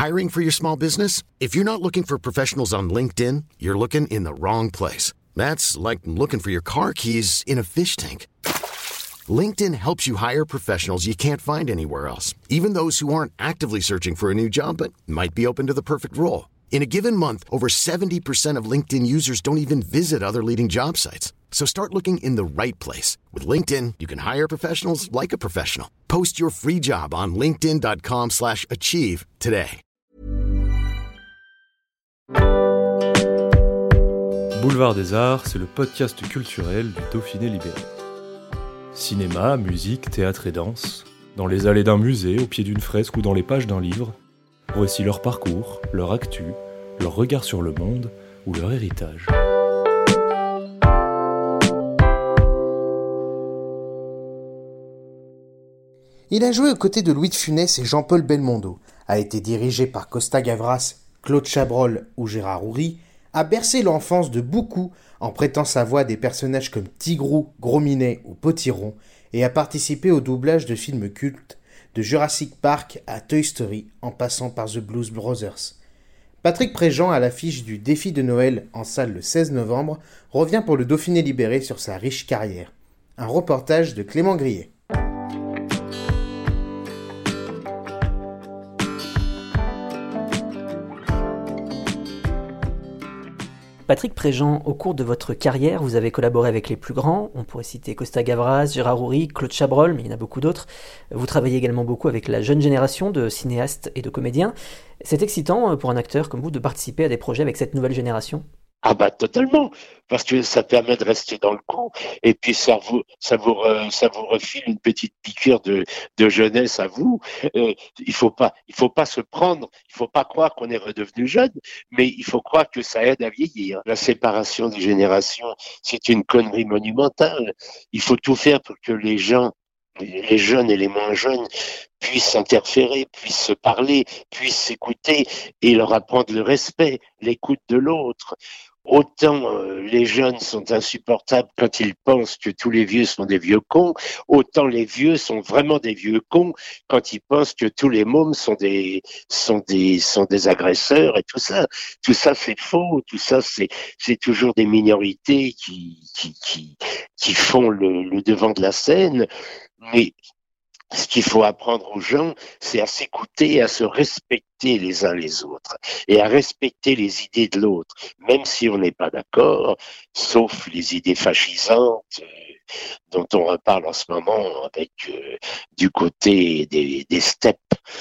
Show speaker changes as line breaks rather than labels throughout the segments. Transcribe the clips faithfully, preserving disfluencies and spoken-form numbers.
Hiring for your small business? If you're not looking for professionals on LinkedIn, you're looking in the wrong place. That's like looking for your car keys in a fish tank. LinkedIn helps you hire professionals you can't find anywhere else, even those who aren't actively searching for a new job but might be open to the perfect role. In a given month, over seventy percent of LinkedIn users don't even visit other leading job sites. So start looking in the right place. With LinkedIn, you can hire professionals like a professional. Post your free job on linkedin.com slash achieve today.
Boulevard des Arts, c'est le podcast culturel du Dauphiné libéré. Cinéma, musique, théâtre et danse, dans les allées d'un musée, au pied d'une fresque ou dans les pages d'un livre, voici leur parcours, leur actu, leur regard sur le monde ou leur héritage.
Il a joué aux côtés de Louis de Funès et Jean-Paul Belmondo, a été dirigé par Costa Gavras, Claude Chabrol ou Gérard Houry, a bercé l'enfance de beaucoup en prêtant sa voix à des personnages comme Tigrou, Gros Minet ou Potiron et a participé au doublage de films cultes de Jurassic Park à Toy Story en passant par The Blues Brothers. Patrick Préjean, à l'affiche du Défi de Noël en salle le seize novembre, revient pour le Dauphiné libéré sur sa riche carrière. Un reportage de Clément Grillet.
Patrick Préjean, au cours de votre carrière, vous avez collaboré avec les plus grands. On pourrait citer Costa Gavras, Gérard Houry, Claude Chabrol, mais il y en a beaucoup d'autres. Vous travaillez également beaucoup avec la jeune génération de cinéastes et de comédiens. C'est excitant pour un acteur comme vous de participer à des projets avec cette nouvelle génération ?
Ah bah totalement, parce que ça permet de rester dans le coup, et puis ça vous ça vous re, ça vous refile une petite piqûre de de jeunesse à vous. Euh, il faut pas il faut pas se prendre, il faut pas croire qu'on est redevenu jeune, mais il faut croire que ça aide à vieillir. La séparation des générations, c'est une connerie monumentale. Il faut tout faire pour que les gens, les jeunes et les moins jeunes, puissent s'interférer, puissent se parler, puissent s'écouter et leur apprendre le respect, l'écoute de l'autre. Autant euh, les jeunes sont insupportables quand ils pensent que tous les vieux sont des vieux cons, autant les vieux sont vraiment des vieux cons quand ils pensent que tous les mômes sont des sont des sont des agresseurs et tout ça. Tout ça c'est faux, tout ça c'est c'est toujours des minorités qui qui qui qui font le, le devant de la scène. Mais ce qu'il faut apprendre aux gens, c'est à s'écouter, à se respecter les uns les autres et à respecter les idées de l'autre, même si on n'est pas d'accord, sauf les idées fascisantes euh, dont on reparle en ce moment avec euh, du côté des, des steppes.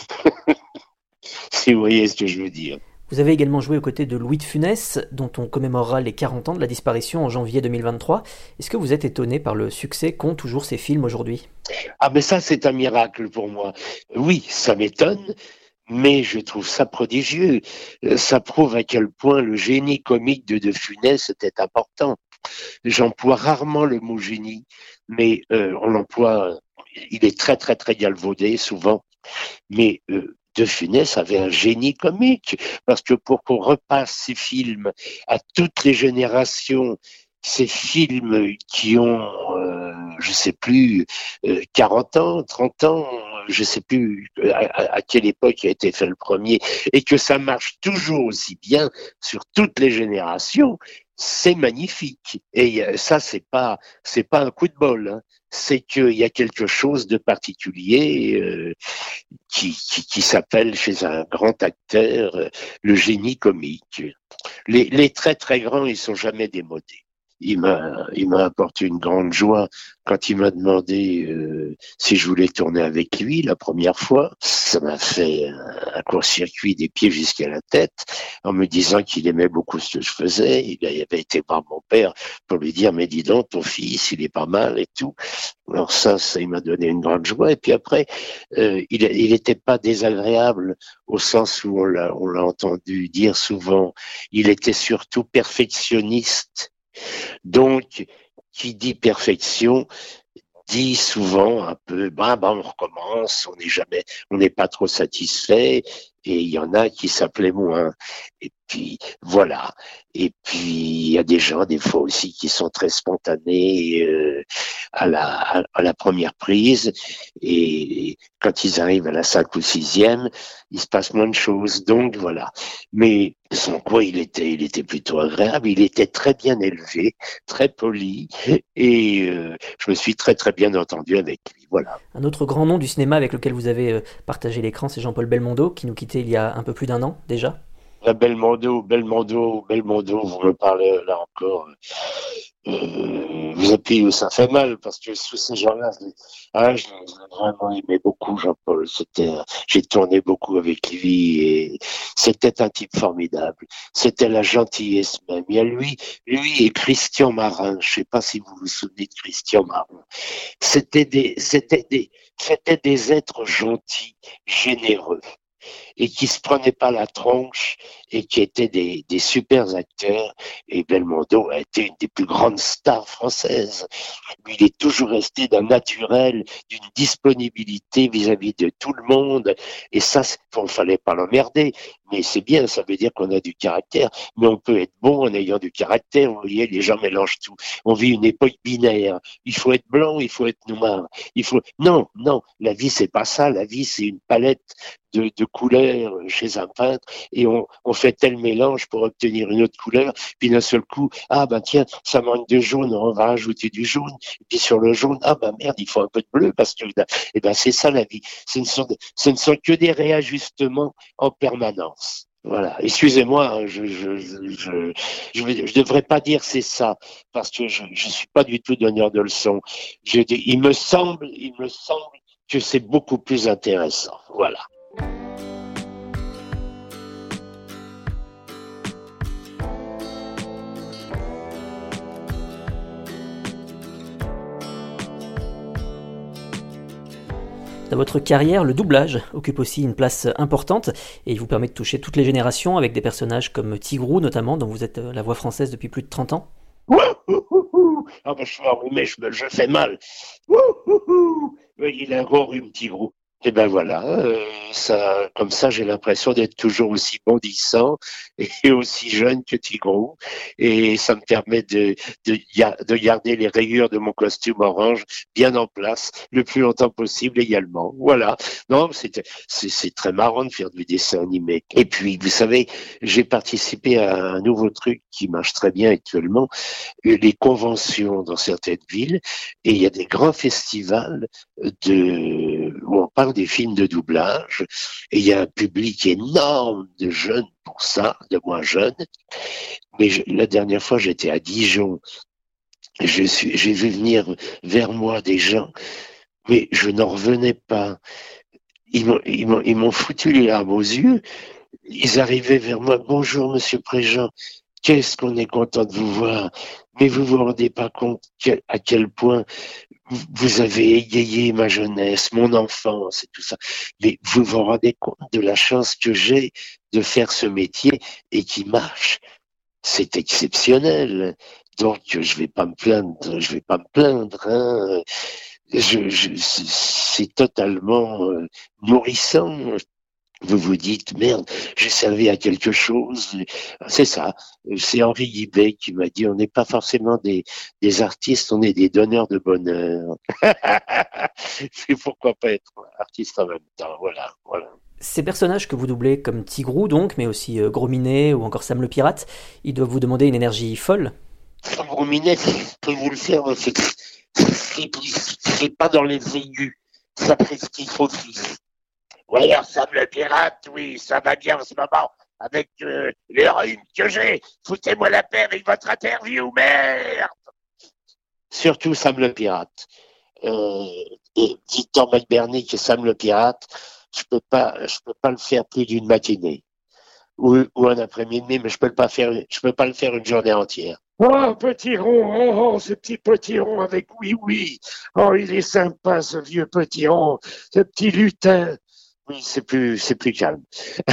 Si vous voyez ce que je veux dire.
Vous avez également joué aux côtés de Louis de Funès, dont on commémorera les quarante ans de la disparition en janvier deux mille vingt-trois. Est-ce que vous êtes étonné par le succès qu'ont toujours ces films aujourd'hui ?
Ah mais ça c'est un miracle pour moi. Oui, ça m'étonne, mais je trouve ça prodigieux. Ça prouve à quel point le génie comique de De Funès était important. J'emploie rarement le mot génie, mais euh, on l'emploie, il est très très très galvaudé souvent, mais... Euh, De Funès avait un génie comique, parce que pour qu'on repasse ces films à toutes les générations, ces films qui ont, euh, je sais plus, euh, quarante ans, trente ans, je sais plus à, à quelle époque a été fait le premier, et que ça marche toujours aussi bien sur toutes les générations, c'est magnifique. Et ça, c'est pas, c'est pas un coup de bol, hein. C'est qu'il y a quelque chose de particulier euh, qui, qui, qui s'appelle chez un grand acteur euh, le génie comique. Les, les très très grands, ils sont jamais démodés. Il m'a, il m'a apporté une grande joie quand il m'a demandé euh, si je voulais tourner avec lui la première fois. Ça m'a fait un, un court-circuit des pieds jusqu'à la tête en me disant qu'il aimait beaucoup ce que je faisais. Il avait été par mon père pour lui dire « mais dis donc, ton fils, il est pas mal et tout ». Alors ça, ça, il m'a donné une grande joie. Et puis après, euh, il il était pas désagréable au sens où on l'a, on l'a entendu dire souvent. Il était surtout perfectionniste. Donc, qui dit perfection dit souvent un peu, bah, bah, on recommence, on n'est jamais, on n'est pas trop satisfait. et il y en a qui s'appelaient moins. Et puis voilà. Et puis il y a des gens des fois aussi qui sont très spontanés euh, à la à, à la première prise, et quand ils arrivent à la cinq ou sixième, il se passe moins de choses. Donc voilà. Mais son quoi, il était il était plutôt agréable. Il était très bien élevé, très poli, et euh, je me suis très très bien entendu avec lui. Voilà.
Un autre grand nom du cinéma avec lequel vous avez euh, partagé l'écran, c'est Jean-Paul Belmondo, qui nous quittait il y a un peu plus d'un an déjà.
La Belmondo, Belmondo, Belmondo, vous me parlez là encore. Euh, vous appuyez où ça fait mal, parce que sous ces gens-là, je l'ai ah, je l'ai vraiment aimé beaucoup, Jean-Paul. C'était, j'ai tourné beaucoup avec lui, et c'était un type formidable. C'était la gentillesse même. Il y a lui, lui et Christian Marin. Je sais pas si vous vous souvenez de Christian Marin. C'était des, c'était des, c'était des êtres gentils, généreux, et qui se prenaient pas la tronche, et qui étaient des, des super acteurs. Et Belmondo a été une des plus grandes stars françaises. Il est toujours resté d'un naturel, d'une disponibilité vis-à-vis de tout le monde. Et ça, il ne fallait pas l'emmerder. Mais c'est bien, ça veut dire qu'on a du caractère. Mais on peut être bon en ayant du caractère. Vous voyez, les gens mélangent tout. On vit une époque binaire. Il faut être blanc, il faut être noir. Il faut, non, non, la vie, c'est pas ça. La vie, c'est une palette de, de couleurs chez un peintre, et on, on fait tel mélange pour obtenir une autre couleur, puis d'un seul coup, ah ben tiens, ça manque de jaune, on va ajouter du jaune, et puis sur le jaune, ah ben merde, il faut un peu de bleu, parce que, eh ben c'est ça la vie. Ce ne sont, ce ne sont que des réajustements en permanence. Voilà. Excusez-moi, je je je je je, vais, je devrais pas dire c'est ça, parce que je je suis pas du tout donneur de leçons. Je dis, il me semble, il me semble que c'est beaucoup plus intéressant. Voilà.
Dans votre carrière, le doublage occupe aussi une place importante et il vous permet de toucher toutes les générations avec des personnages comme Tigrou notamment, dont vous êtes la voix française depuis plus de trente ans.
Ah ben je suis enrhumé, je, je fais mal. Il a un gros rhume, Tigrou. Et ben voilà, euh, ça, comme ça, j'ai l'impression d'être toujours aussi bondissant et aussi jeune que Tigrou, et ça me permet de, de, de garder les rayures de mon costume orange bien en place le plus longtemps possible également. Voilà. Non, c'est, c'est, c'est très marrant de faire du dessin animé. Et puis, vous savez, j'ai participé à un nouveau truc qui marche très bien actuellement, les conventions dans certaines villes, et il y a des grands festivals de, où on parle des films de doublage, et il y a un public énorme de jeunes pour ça, de moins jeunes. Mais je, la dernière fois, j'étais à Dijon, je suis, j'ai vu venir vers moi des gens, mais je n'en revenais pas. Ils m'ont, ils m'ont, ils m'ont foutu les larmes aux yeux. Ils arrivaient vers moi, bonjour Monsieur Préjean, qu'est-ce qu'on est content de vous voir, mais vous vous rendez pas compte à quel point vous avez égayé ma jeunesse, mon enfance et tout ça. Mais vous vous rendez compte de la chance que j'ai de faire ce métier et qui marche. C'est exceptionnel. Donc, je vais pas me plaindre, je vais pas me plaindre, hein. Je, je, c'est totalement euh, nourrissant. Vous vous dites, merde, j'ai servi à quelque chose. C'est ça. C'est Henri Guibet qui m'a dit, on n'est pas forcément des, des artistes, on est des donneurs de bonheur. C'est pourquoi pas être artiste en même temps. Voilà, voilà.
Ces personnages que vous doublez comme Tigrou donc, mais aussi euh, Gros Minet ou encore Sam le Pirate, ils doivent vous demander une énergie folle.
Gros Minet, je peux vous le faire, c'est, c'est, c'est pas dans les aigus. Ça fait ce qu'il faut. Oui, alors Sam le Pirate, oui, ça va bien en ce moment, avec euh, les rhumes que j'ai. Foutez-moi la paix avec votre interview, merde. Surtout Sam le Pirate. Euh, et Victor McBurney que Sam le Pirate, je peux pas, je peux pas le faire plus d'une matinée ou, ou un après-midi, mais je peux pas faire, je peux pas le faire une journée entière. Oh, petit rond, oh, oh, ce petit petit rond avec oui, oui. Oh, il est sympa, ce vieux petit rond, ce petit lutin. Oui, c'est plus, c'est plus calme.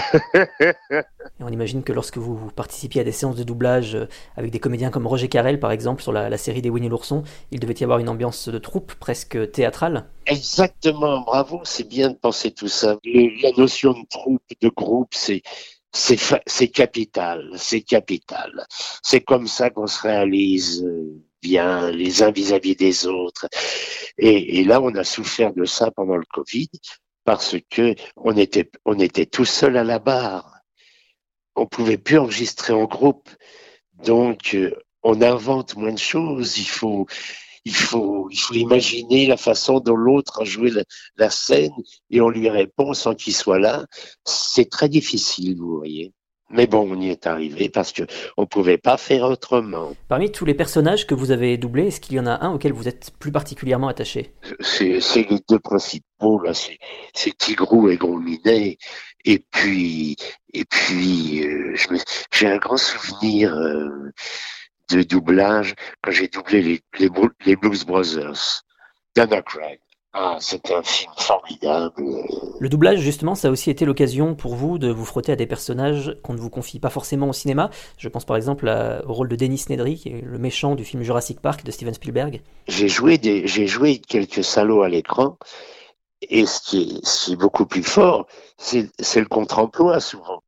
Et on imagine que lorsque vous, vous participiez à des séances de doublage euh, avec des comédiens comme Roger Carrel, par exemple, sur la, la série des Winnie l'ourson, il devait y avoir une ambiance de troupe presque théâtrale.
Exactement, bravo, c'est bien de penser tout ça. Le- la notion de troupe, de groupe, c'est c'est fa- c'est capital, c'est capital. C'est comme ça qu'on se réalise euh, bien les uns vis-à-vis des autres. Et, et là, on a souffert de ça pendant le Covid parce que on était on était tout seul à la barre. On pouvait plus enregistrer en groupe, donc euh, on invente moins de choses. Il faut il faut, il faut imaginer la façon dont l'autre a joué la, la scène et on lui répond sans qu'il soit là. C'est très difficile, vous voyez. Mais bon, on y est arrivé parce que on pouvait pas faire autrement.
Parmi tous les personnages que vous avez doublés, est-ce qu'il y en a un auquel vous êtes plus particulièrement attaché?
C'est, c'est les deux principaux, là, c'est, c'est Tigrou et Gros Minet. Et puis, et puis, euh, je me, j'ai un grand souvenir euh, de doublage quand j'ai doublé les, les, les Blues Brothers. Dan Aykroyd. Ah, c'était un film formidable.
Le doublage, justement, ça a aussi été l'occasion pour vous de vous frotter à des personnages qu'on ne vous confie pas forcément au cinéma. Je pense par exemple à- au rôle de Dennis Nedry, qui est le méchant du film Jurassic Park de Steven Spielberg.
J'ai joué des, j'ai joué quelques salauds à l'écran. Et ce qui est, ce qui est beaucoup plus fort, c'est, c'est le contre-emploi, souvent.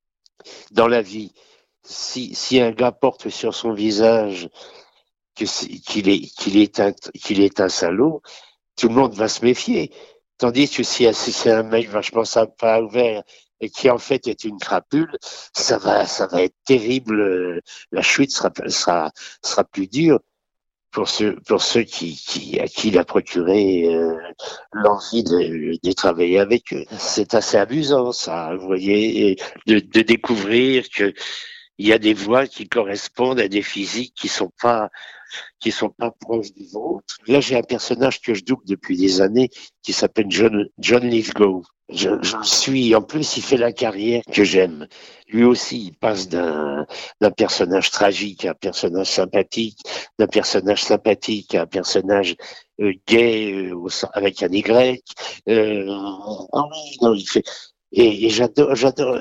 Dans la vie, si, si un gars porte sur son visage que c'est- qu'il est, qu'il est un, qu'il est un salaud, tout le monde va se méfier. Tandis que si, si c'est un mec vachement sympa, ouvert, et qui en fait est une crapule, ça va, ça va être terrible. euh, La chute sera, sera, sera plus dure pour ceux, pour ceux qui, qui, à qui il a procuré euh, l'envie de, de travailler avec eux. C'est assez amusant, ça, vous voyez, et de, de découvrir que il y a des voix qui correspondent à des physiques qui sont pas qui sont pas proches des autres. Là, j'ai un personnage que je double depuis des années qui s'appelle John, John Lithgow. Je, je le suis. En plus, il fait la carrière que j'aime. Lui aussi, il passe d'un, d'un personnage tragique à un personnage sympathique, d'un personnage sympathique à un personnage euh, gay euh, au sein- avec un Y. Euh, ah oui, non, il fait. Et, et j'adore, j'adore.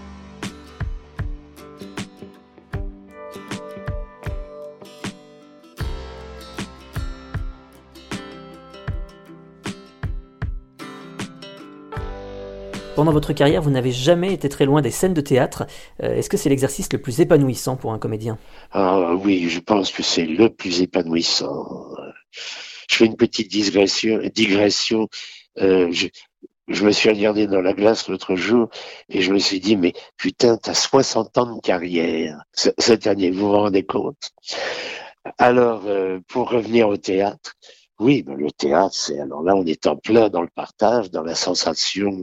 Pendant votre carrière, vous n'avez jamais été très loin des scènes de théâtre. Euh, est-ce que c'est l'exercice le plus épanouissant pour un comédien?
Ah oui, je pense que c'est le plus épanouissant. Je fais une petite digression. digression. Euh, je, je me suis regardé dans la glace l'autre jour et je me suis dit, mais putain, t'as soixante ans de carrière c- cette année, vous vous rendez compte? Alors, euh, pour revenir au théâtre, oui, ben, le théâtre, c'est alors là, on est en plein dans le partage, dans la sensation.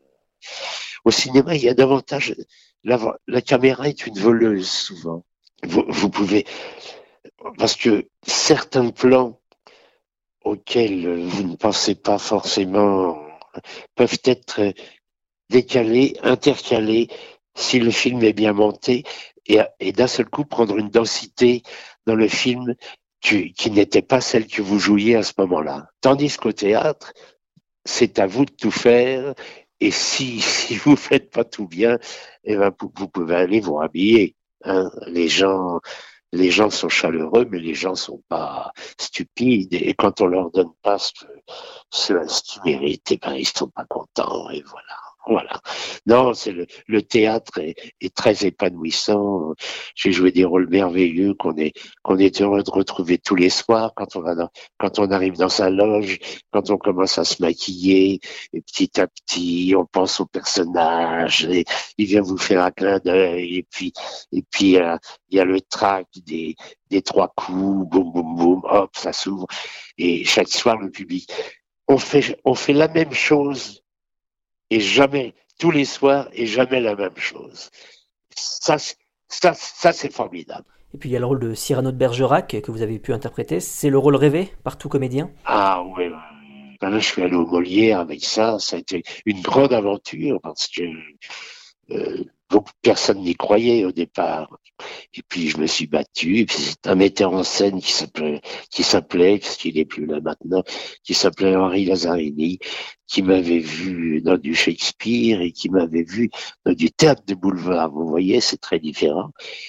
Au cinéma, il y a davantage. La, la caméra est une voleuse souvent. Vous, vous pouvez, parce que certains plans auxquels vous ne pensez pas forcément peuvent être décalés, intercalés, si le film est bien monté, et, et d'un seul coup prendre une densité dans le film qui, qui n'était pas celle que vous jouiez à ce moment-là. Tandis qu'au théâtre, c'est à vous de tout faire, et si, si vous faites pas tout bien, eh ben, vous, vous pouvez aller vous rhabiller. Hein. Les gens, les gens sont chaleureux, mais les gens sont pas stupides. Et quand on leur donne pas ce, ce, ce qu'ils méritent, eh ben, ils sont pas contents. Et voilà. Voilà. Non, c'est le, le théâtre est, est très épanouissant. J'ai joué des rôles merveilleux qu'on est, qu'on est heureux de retrouver tous les soirs quand on va dans, quand on arrive dans sa loge, quand on commence à se maquiller, et petit à petit, on pense au personnage, et il vient vous faire un clin d'œil, et puis, et puis, euh, il y a le trac des, des trois coups, boum, boum, boum, hop, ça s'ouvre, et chaque soir, le public. On fait, on fait la même chose et jamais, tous les soirs, et jamais la même chose. Ça, ça, ça c'est formidable.
Et puis il y a le rôle de Cyrano de Bergerac que vous avez pu interpréter. C'est le rôle rêvé par tout comédien?
Ah oui, ben là, je suis allé au Molière avec ça. Ça a été une grande aventure parce que euh, beaucoup, personne n'y croyait au départ. Et puis je me suis battu. Et puis c'est un metteur en scène qui s'appelait, qui s'appelait, parce qu'il n'est plus là maintenant, qui s'appelait Henri Lazzarini, qui m'avait vu dans du Shakespeare et qui m'avait vu dans du théâtre de boulevard. Vous voyez, c'est très différent.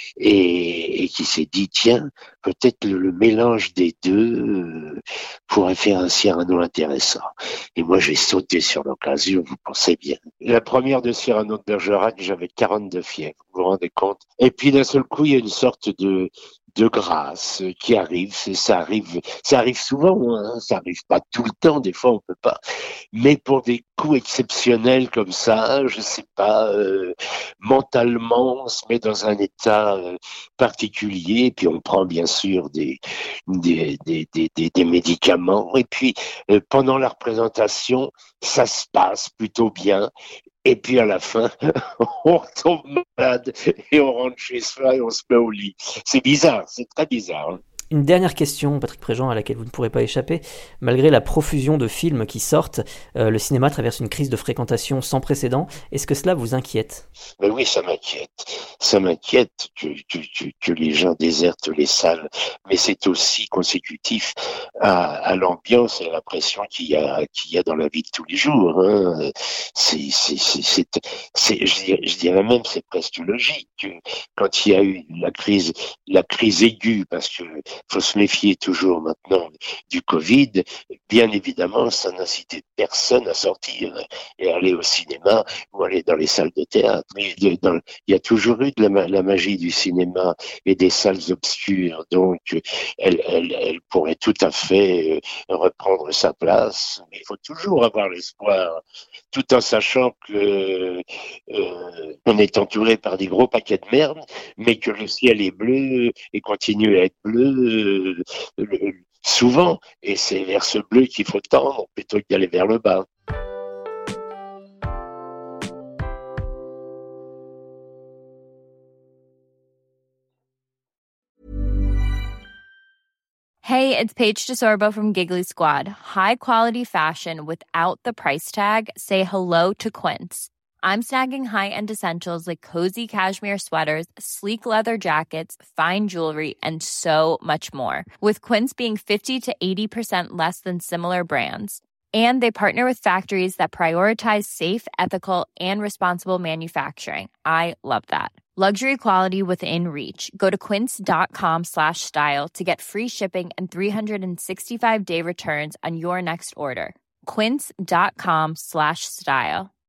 Et, et qui s'est dit, tiens, peut-être le, le mélange des deux euh, pourrait faire un Cyrano intéressant. Et moi, j'ai sauté sur l'occasion, vous pensez bien. La première de Cyrano de Bergerac, j'avais quarante-deux fièvres, vous vous rendez compte? Et puis d'un seul coup, il y a une sorte de de grâce qui arrive, ça arrive, ça arrive souvent, hein, ça arrive pas tout le temps, des fois on peut pas, mais pour des coups exceptionnels comme ça, je sais pas, euh, mentalement on se met dans un état euh, particulier, puis on prend bien sûr des des des des, des, des médicaments, et puis euh, pendant la représentation, ça se passe plutôt bien. Et puis à la fin, on tombe malade et on rentre chez soi et on se met au lit. C'est bizarre, c'est très bizarre. Hein.
Une dernière question, Patrick Préjean, à laquelle vous ne pourrez pas échapper. Malgré la profusion de films qui sortent, euh, le cinéma traverse une crise de fréquentation sans précédent. Est-ce que cela vous inquiète ?
Ben oui, ça m'inquiète. Ça m'inquiète que, que, que, que les gens désertent les salles. Mais c'est aussi consécutif à, à l'ambiance et à la pression qu'il y a, qu'il y a dans la vie de tous les jours. Hein. C'est, c'est, c'est, c'est, c'est, je, dirais, je dirais même, c'est presque logique. Quand il y a eu la crise, la crise aiguë, parce que faut se méfier toujours maintenant du Covid, bien évidemment, ça n'incitait personne à sortir et aller au cinéma ou aller dans les salles de théâtre. Mais de, dans, il y a toujours eu de la, la magie du cinéma et des salles obscures, donc elle, elle, elle pourrait tout à fait reprendre sa place. Mais il faut toujours avoir l'espoir, tout en sachant que euh, on est entouré par des gros paquets de merde, mais que le ciel est bleu et continue à être bleu euh, le, souvent, et c'est vers ce bleu qu'il faut tendre plutôt que d'aller vers le bas.
Hey, it's Paige DeSorbo from Giggly Squad. High quality fashion without the price tag. Say hello to Quince. I'm snagging high-end essentials like cozy cashmere sweaters, sleek leather jackets, fine jewelry, and so much more. With Quince being fifty to eighty percent less than similar brands. And they partner with factories that prioritize safe, ethical, and responsible manufacturing. I love that. Luxury quality within reach. Go to quince.com slash style to get free shipping and three sixty-five day returns on your next order. Quince.com slash style.